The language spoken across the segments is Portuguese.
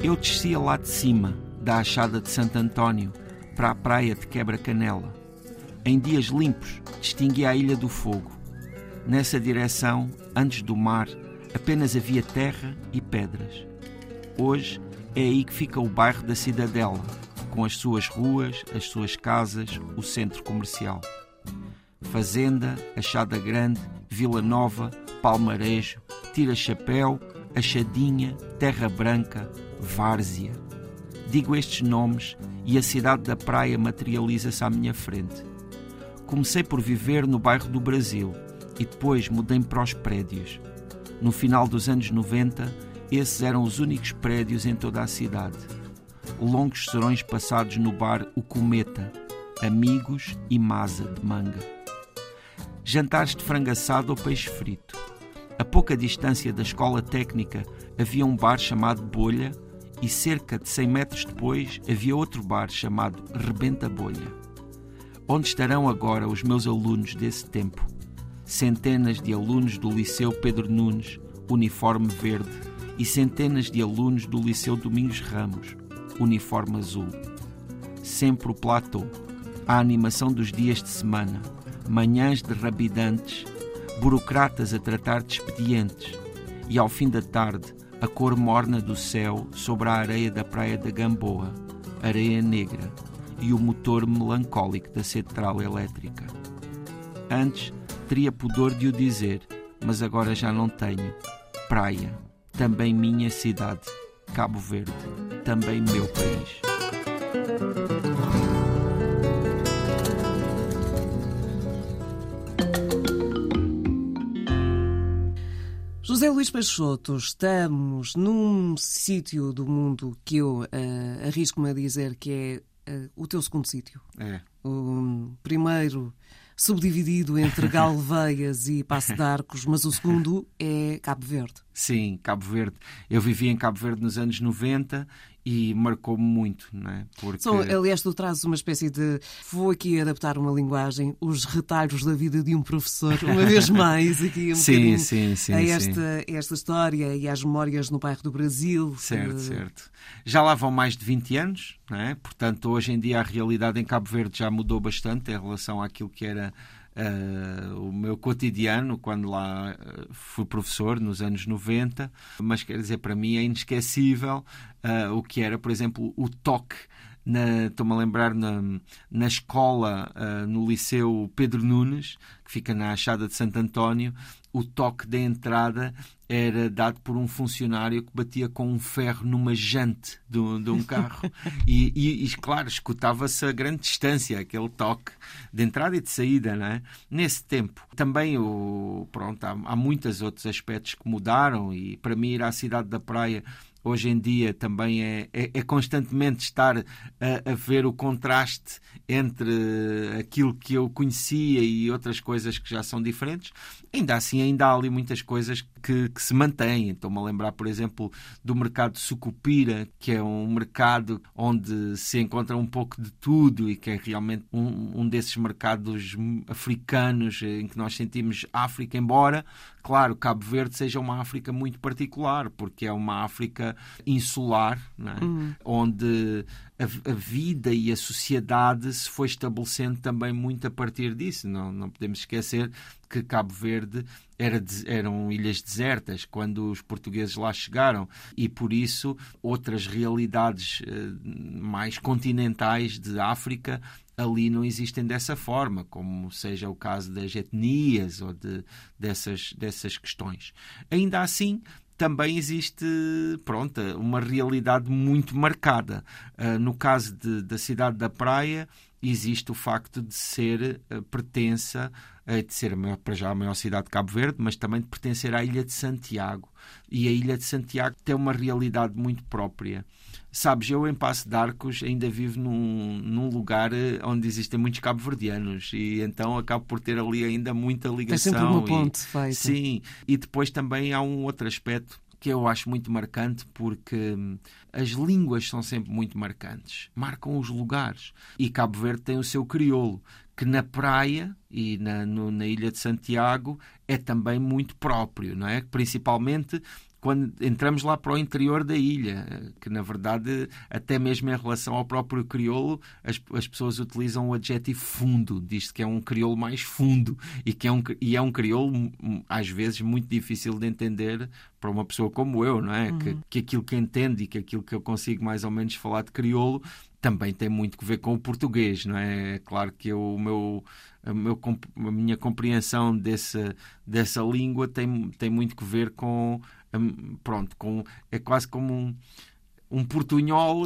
Eu descia lá de cima, da Achada de Santo António, para a praia de Quebra-Canela. Em dias limpos, distinguia a Ilha do Fogo. Nessa direção, antes do mar, apenas havia terra e pedras. Hoje é aí que fica o bairro da Cidadela, com as suas ruas, as suas casas, o centro comercial. Fazenda, Achada Grande, Vila Nova, Palmarejo, Tira-Chapéu, Achadinha, Terra Branca, Várzea. Digo estes nomes e a cidade da praia materializa-se à minha frente. Comecei por viver no bairro do Brasil e depois mudei-me para os prédios. No final dos anos 90, esses eram os únicos prédios em toda a cidade. Longos serões passados no bar O Cometa, amigos e masa de manga. Jantares de frango assado ou peixe frito. A pouca distância da escola técnica havia um bar chamado Bolha e cerca de 100 metros depois havia outro bar chamado Rebenta Bolha. Onde estarão agora os meus alunos desse tempo? Centenas de alunos do Liceu Pedro Nunes, uniforme verde, e centenas de alunos do Liceu Domingos Ramos, uniforme azul. Sempre o platô, a animação dos dias de semana, manhãs de rabidantes, burocratas a tratar de expedientes, e ao fim da tarde a cor morna do céu sobre a areia da praia da Gamboa, areia negra, e o motor melancólico da central elétrica. Antes teria pudor de o dizer, mas agora já não tenho. Praia, também minha cidade. Cabo Verde, também meu país. José Luís Peixoto, estamos num sítio do mundo que eu arrisco-me a dizer que é o teu segundo sítio. É. O primeiro subdividido entre Galveias e Paço de Arcos, mas o segundo é Cabo Verde. Sim, Cabo Verde. Eu vivi em Cabo Verde nos anos 90 e marcou-me muito, não é? Porque... aliás, tu trazes uma espécie de... Vou aqui adaptar uma linguagem, os retalhos da vida de um professor, uma vez mais, aqui um bocadinho a esta história e às memórias no bairro do Brasil. Certo. Já lá vão mais de 20 anos, não é? Portanto, hoje em dia a realidade em Cabo Verde já mudou bastante em relação àquilo que era o meu cotidiano quando lá fui professor nos anos 90, mas quer dizer, para mim é inesquecível o que era, por exemplo, o toque. Estou-me a lembrar na escola, no Liceu Pedro Nunes, que fica na Achada de Santo António, o toque da entrada era dado por um funcionário que batia com um ferro numa jante de um carro e claro, escutava-se a grande distância aquele toque de entrada e de saída, não é? Nesse tempo. Também há muitos outros aspectos que mudaram e para mim ir à cidade da praia hoje em dia também é constantemente estar a ver o contraste entre aquilo que eu conhecia e outras coisas que já são diferentes. Ainda assim, ainda há ali muitas coisas que se mantêm. Estou-me a lembrar, por exemplo, do mercado de Sucupira, que é um mercado onde se encontra um pouco de tudo e que é realmente um desses mercados africanos em que nós sentimos África, embora, claro, Cabo Verde seja uma África muito particular, porque é uma África insular, não é? Onde a vida e a sociedade se foi estabelecendo também muito a partir disso. Não podemos esquecer que Cabo Verde eram ilhas desertas quando os portugueses lá chegaram e, por isso, outras realidades mais continentais de África ali não existem dessa forma, como seja o caso das etnias ou dessas questões. Ainda assim, também existe, uma realidade muito marcada. No caso da cidade da praia, existe o facto de ser pertença, de ser para já a maior cidade de Cabo Verde, mas também de pertencer à Ilha de Santiago. E a Ilha de Santiago tem uma realidade muito própria. Sabes, eu em Paço de Arcos ainda vivo num lugar onde existem muitos cabo-verdianos e então acabo por ter ali ainda muita ligação. É sempre uma ponte feita. Sim, e depois também há um outro aspecto que eu acho muito marcante, porque as línguas são sempre muito marcantes, marcam os lugares. E Cabo Verde tem o seu crioulo, que na praia e na Ilha de Santiago é também muito próprio, não é? Principalmente quando entramos lá para o interior da ilha, que na verdade, até mesmo em relação ao próprio crioulo, as pessoas utilizam o adjetivo fundo, diz-se que é um crioulo mais fundo e é um crioulo às vezes muito difícil de entender para uma pessoa como eu, não é? Que aquilo que entende e que aquilo que eu consigo mais ou menos falar de crioulo também tem muito a ver com o português, não é? É claro que a minha compreensão dessa língua tem muito a ver com, é quase como um portunhol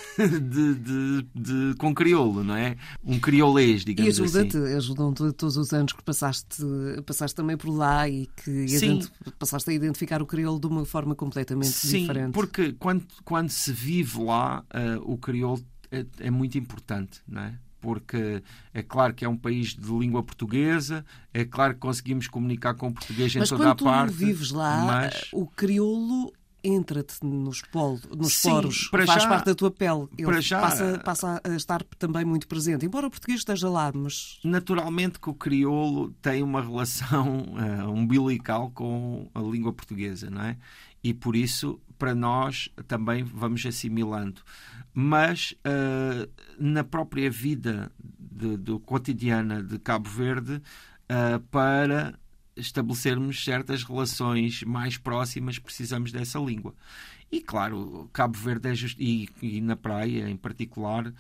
com crioulo, não é? Um criolês, digamos assim. E ajudam-te todos os anos que passaste também por lá e que passaste a identificar o crioulo de uma forma completamente diferente. Sim, porque quando se vive lá, o crioulo é muito importante, não é? Porque é claro que é um país de língua portuguesa, é claro que conseguimos comunicar com o português em toda a parte. Mas quando tu vives lá, o crioulo entra-te nos poros, faz parte da tua pele. Ele passa a estar também muito presente, embora o português esteja lá, mas... Naturalmente que o crioulo tem uma relação umbilical com a língua portuguesa, não é? E por isso, para nós, também vamos assimilando. Mas na própria vida cotidiana de Cabo Verde, para estabelecermos certas relações mais próximas, precisamos dessa língua. E, claro, Cabo Verde e na praia, em particular,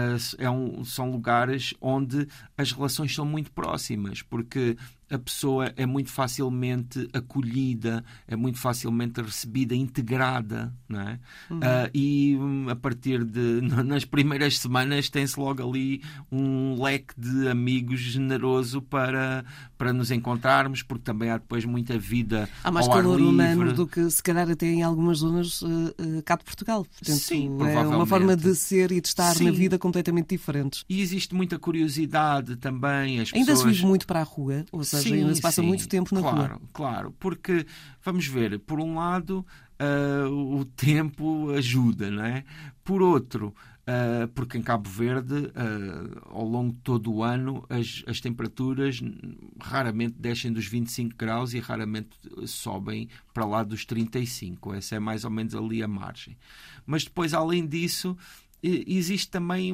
são lugares onde as relações são muito próximas, porque a pessoa é muito facilmente acolhida, é muito facilmente recebida, integrada, não é? E a partir nas primeiras semanas tem-se logo ali um leque de amigos generoso para nos encontrarmos, porque também há depois muita vida há mais calor humano do que se calhar até em algumas zonas cá de Portugal. Portanto, sim, é uma forma de ser e de estar na vida completamente diferentes. E existe muita curiosidade também. Ainda se vive muito para a rua, ou seja, ainda se passa muito tempo na rua. Claro, porque, vamos ver, por um lado, o tempo ajuda, não é? Por outro, porque em Cabo Verde, ao longo de todo o ano, as temperaturas raramente descem dos 25 graus e raramente sobem para lá dos 35. Essa é mais ou menos ali a margem. Mas depois, além disso, existe também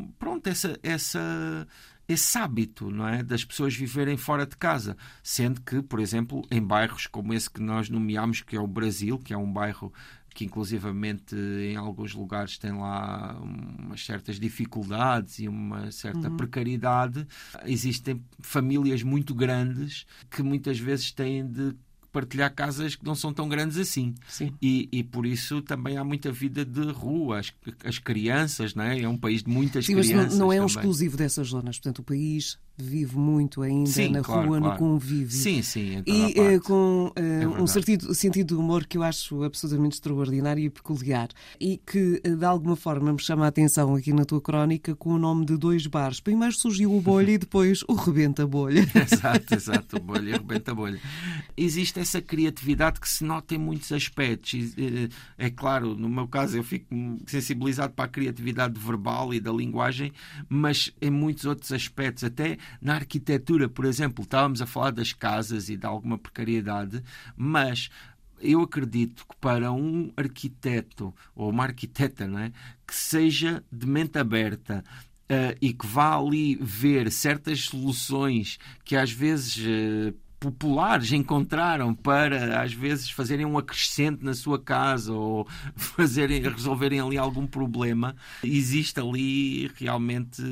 esse hábito, não é? Das pessoas viverem fora de casa, sendo que, por exemplo, em bairros como esse que nós nomeámos, que é o Brasil, que é um bairro que inclusivamente em alguns lugares tem lá umas certas dificuldades e uma certa precariedade, existem famílias muito grandes que muitas vezes têm de partilhar casas que não são tão grandes assim. E por isso também há muita vida de rua. As crianças, não é? É um país de muitas crianças. Mas não é também exclusivo dessas zonas. Portanto, o país vive muito ainda na rua, no convívio. Sim, e com um sentido de humor que eu acho absolutamente extraordinário e peculiar. E que, de alguma forma, me chama a atenção aqui na tua crónica com o nome de 2 bares. Primeiro surgiu o Bolha e depois o Rebenta Bolha. Exato, o Bolha e Rebenta Bolha. Existe essa criatividade que se nota em muitos aspectos. É claro, no meu caso eu fico sensibilizado para a criatividade verbal e da linguagem, mas em muitos outros aspectos, até na arquitetura, por exemplo, estávamos a falar das casas e de alguma precariedade, mas eu acredito que para um arquiteto ou uma arquiteta, não é, que seja de mente aberta, e que vá ali ver certas soluções que às vezes populares encontraram para, às vezes, fazerem um acrescente na sua casa ou resolverem ali algum problema, existe ali realmente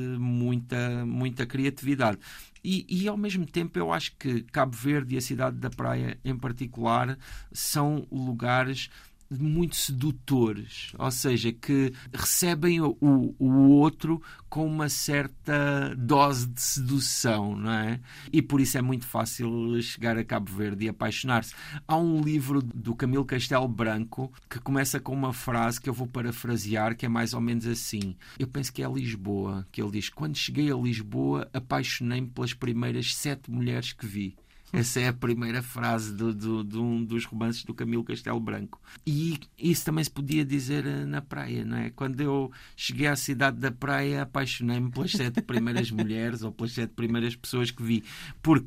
muita criatividade. E, ao mesmo tempo, eu acho que Cabo Verde e a cidade da Praia, em particular, são lugares muito sedutores, ou seja, que recebem o outro com uma certa dose de sedução, não é? E por isso é muito fácil chegar a Cabo Verde e apaixonar-se. Há um livro do Camilo Castelo Branco que começa com uma frase que eu vou parafrasear, que é mais ou menos assim. Eu penso que é Lisboa, que ele diz: quando cheguei a Lisboa, apaixonei-me pelas primeiras 7 mulheres que vi. Essa é a primeira frase de um dos romances do Camilo Castelo Branco. E isso também se podia dizer na praia, não é? Quando eu cheguei à cidade da Praia, apaixonei-me pelas 7 primeiras mulheres ou pelas 7 primeiras pessoas que vi. Porque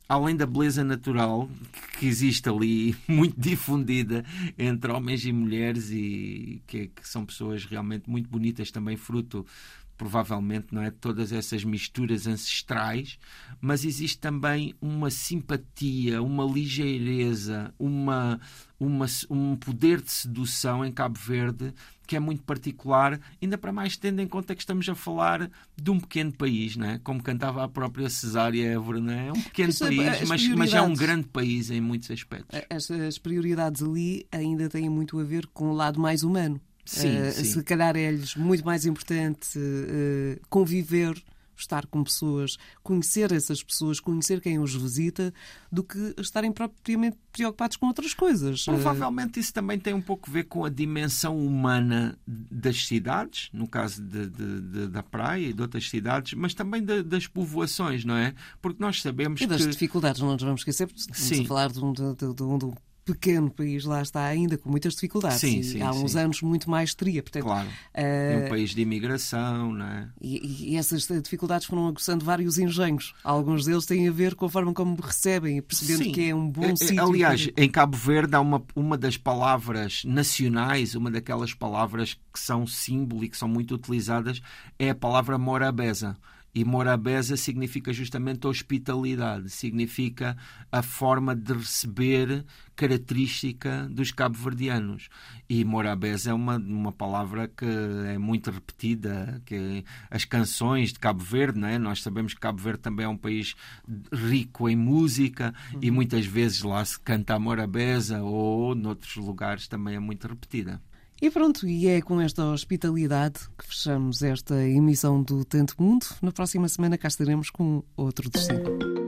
além da beleza natural que existe ali, muito difundida entre homens e mulheres, e que são pessoas realmente muito bonitas, também fruto, provavelmente, não é, de todas essas misturas ancestrais, mas existe também uma simpatia, uma ligeireza, um poder de sedução em Cabo Verde que é muito particular, ainda para mais tendo em conta que estamos a falar de um pequeno país, não é? Como cantava a própria Cesária Évora, não é? É um pequeno país, mas é um grande país em muitos aspectos. As prioridades ali ainda têm muito a ver com o lado mais humano. Sim. Se calhar é-lhes muito mais importante conviver, estar com pessoas, conhecer essas pessoas, conhecer quem os visita, do que estarem propriamente preocupados com outras coisas. Provavelmente isso também tem um pouco a ver com a dimensão humana das cidades, no caso da praia e de outras cidades, mas também das povoações, não é? Porque nós sabemos e das dificuldades, não nos vamos esquecer, porque estamos a falar de um pequeno país, lá está, ainda com muitas dificuldades. Sim, há uns anos muito mais teria. Portanto, claro. É um país de imigração, não é? E essas dificuldades foram aguçando vários engenhos. Alguns deles têm a ver com a forma como recebem, percebendo que é um bom sítio. Aliás, em Cabo Verde há uma das palavras nacionais, uma daquelas palavras que são símbolo e que são muito utilizadas, é a palavra morabeza. E morabeza significa justamente hospitalidade, significa a forma de receber característica dos cabo-verdianos. E morabeza é uma palavra que é muito repetida, que as canções de Cabo Verde, não é? Nós sabemos que Cabo Verde também é um país rico em música e muitas vezes lá se canta a morabeza, ou noutros lugares também é muito repetida. E pronto, e é com esta hospitalidade que fechamos esta emissão do Tanto Mundo. Na próxima semana cá estaremos com outro destino.